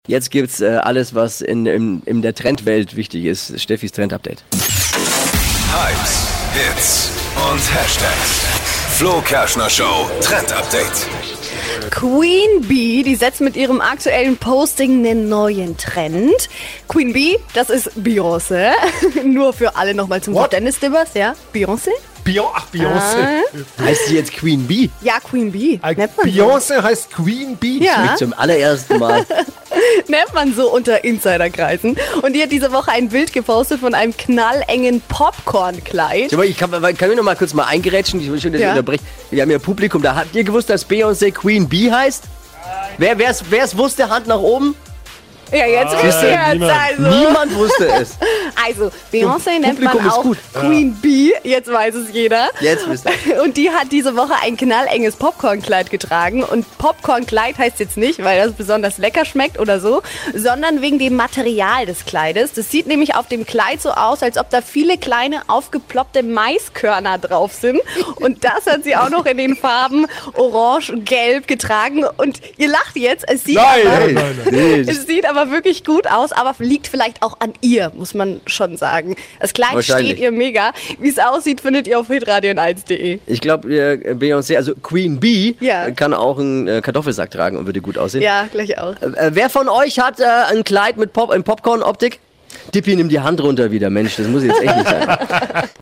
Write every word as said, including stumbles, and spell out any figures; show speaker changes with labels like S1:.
S1: Jetzt gibt's äh, alles, was in, in, in der Trendwelt wichtig ist. Steffis Trend-Update.
S2: Hypes, Hits und Hashtags. Flo Kerschner Show Trend-Update.
S3: Queen Bee, die setzt mit ihrem aktuellen Posting einen neuen Trend. Queen Bee, das ist Beyoncé. Nur für alle nochmal zum Verständnis, Dibbers, ja? Beyoncé?
S4: Bio- Ach, Beyoncé.
S3: Ah.
S1: Heißt sie jetzt Queen Bee?
S3: Ja, Queen Bee.
S4: Äh,
S3: Nennt man
S4: Beyoncé heißt Queen Bee.
S3: Ja.
S1: Zum allerersten Mal.
S3: Nennt man so unter Insiderkreisen. Und die hat diese Woche ein Bild gepostet von einem knallengen Popcorn-Kleid.
S1: Schau mal, Ich kann, kann ich noch mal kurz mal eingerätschen? Ich will schon das
S3: Ja.
S1: unterbrechen. Wir haben ja Publikum da. Habt ihr gewusst, dass Beyoncé Queen Bee heißt? Wer wer's, wer's wusste, Hand nach oben?
S3: Ja, jetzt
S4: Ah,
S3: wisst ihr jetzt
S4: niemand.
S3: also.
S1: Niemand wusste es.
S3: Also, Beyoncé nennt man
S1: Publikum ist
S3: auch
S1: gut.
S3: Queen Bee, jetzt weiß es jeder.
S1: Jetzt wisst ihr.
S3: Und die hat diese Woche ein knallenges Popcornkleid getragen. Und Popcornkleid heißt jetzt nicht, weil das besonders lecker schmeckt oder so, sondern wegen dem Material des Kleides. Das sieht nämlich auf dem Kleid so aus, als ob da viele kleine aufgeploppte Maiskörner drauf sind. Und das hat sie auch noch in den Farben Orange und Gelb getragen. Und ihr lacht jetzt, es sieht
S4: Nein,
S3: aber...
S4: nein, nein, nein.
S3: Es sieht aber wirklich gut aus, aber liegt vielleicht auch an ihr, muss man schon sagen. Das Kleid
S1: Wahrscheinlich.
S3: steht ihr mega. Wie es aussieht, findet ihr auf hitradio eins punkt de.
S1: Ich glaube, Beyoncé, also Queen Bee,
S3: Ja.
S1: äh, kann auch einen äh, Kartoffelsack tragen und würde gut aussehen.
S3: Ja, gleich auch.
S1: Äh, wer von euch hat äh, ein Kleid mit Pop in Popcorn-Optik? Dippi, nimm die Hand runter wieder, Mensch, das muss jetzt echt nicht sein.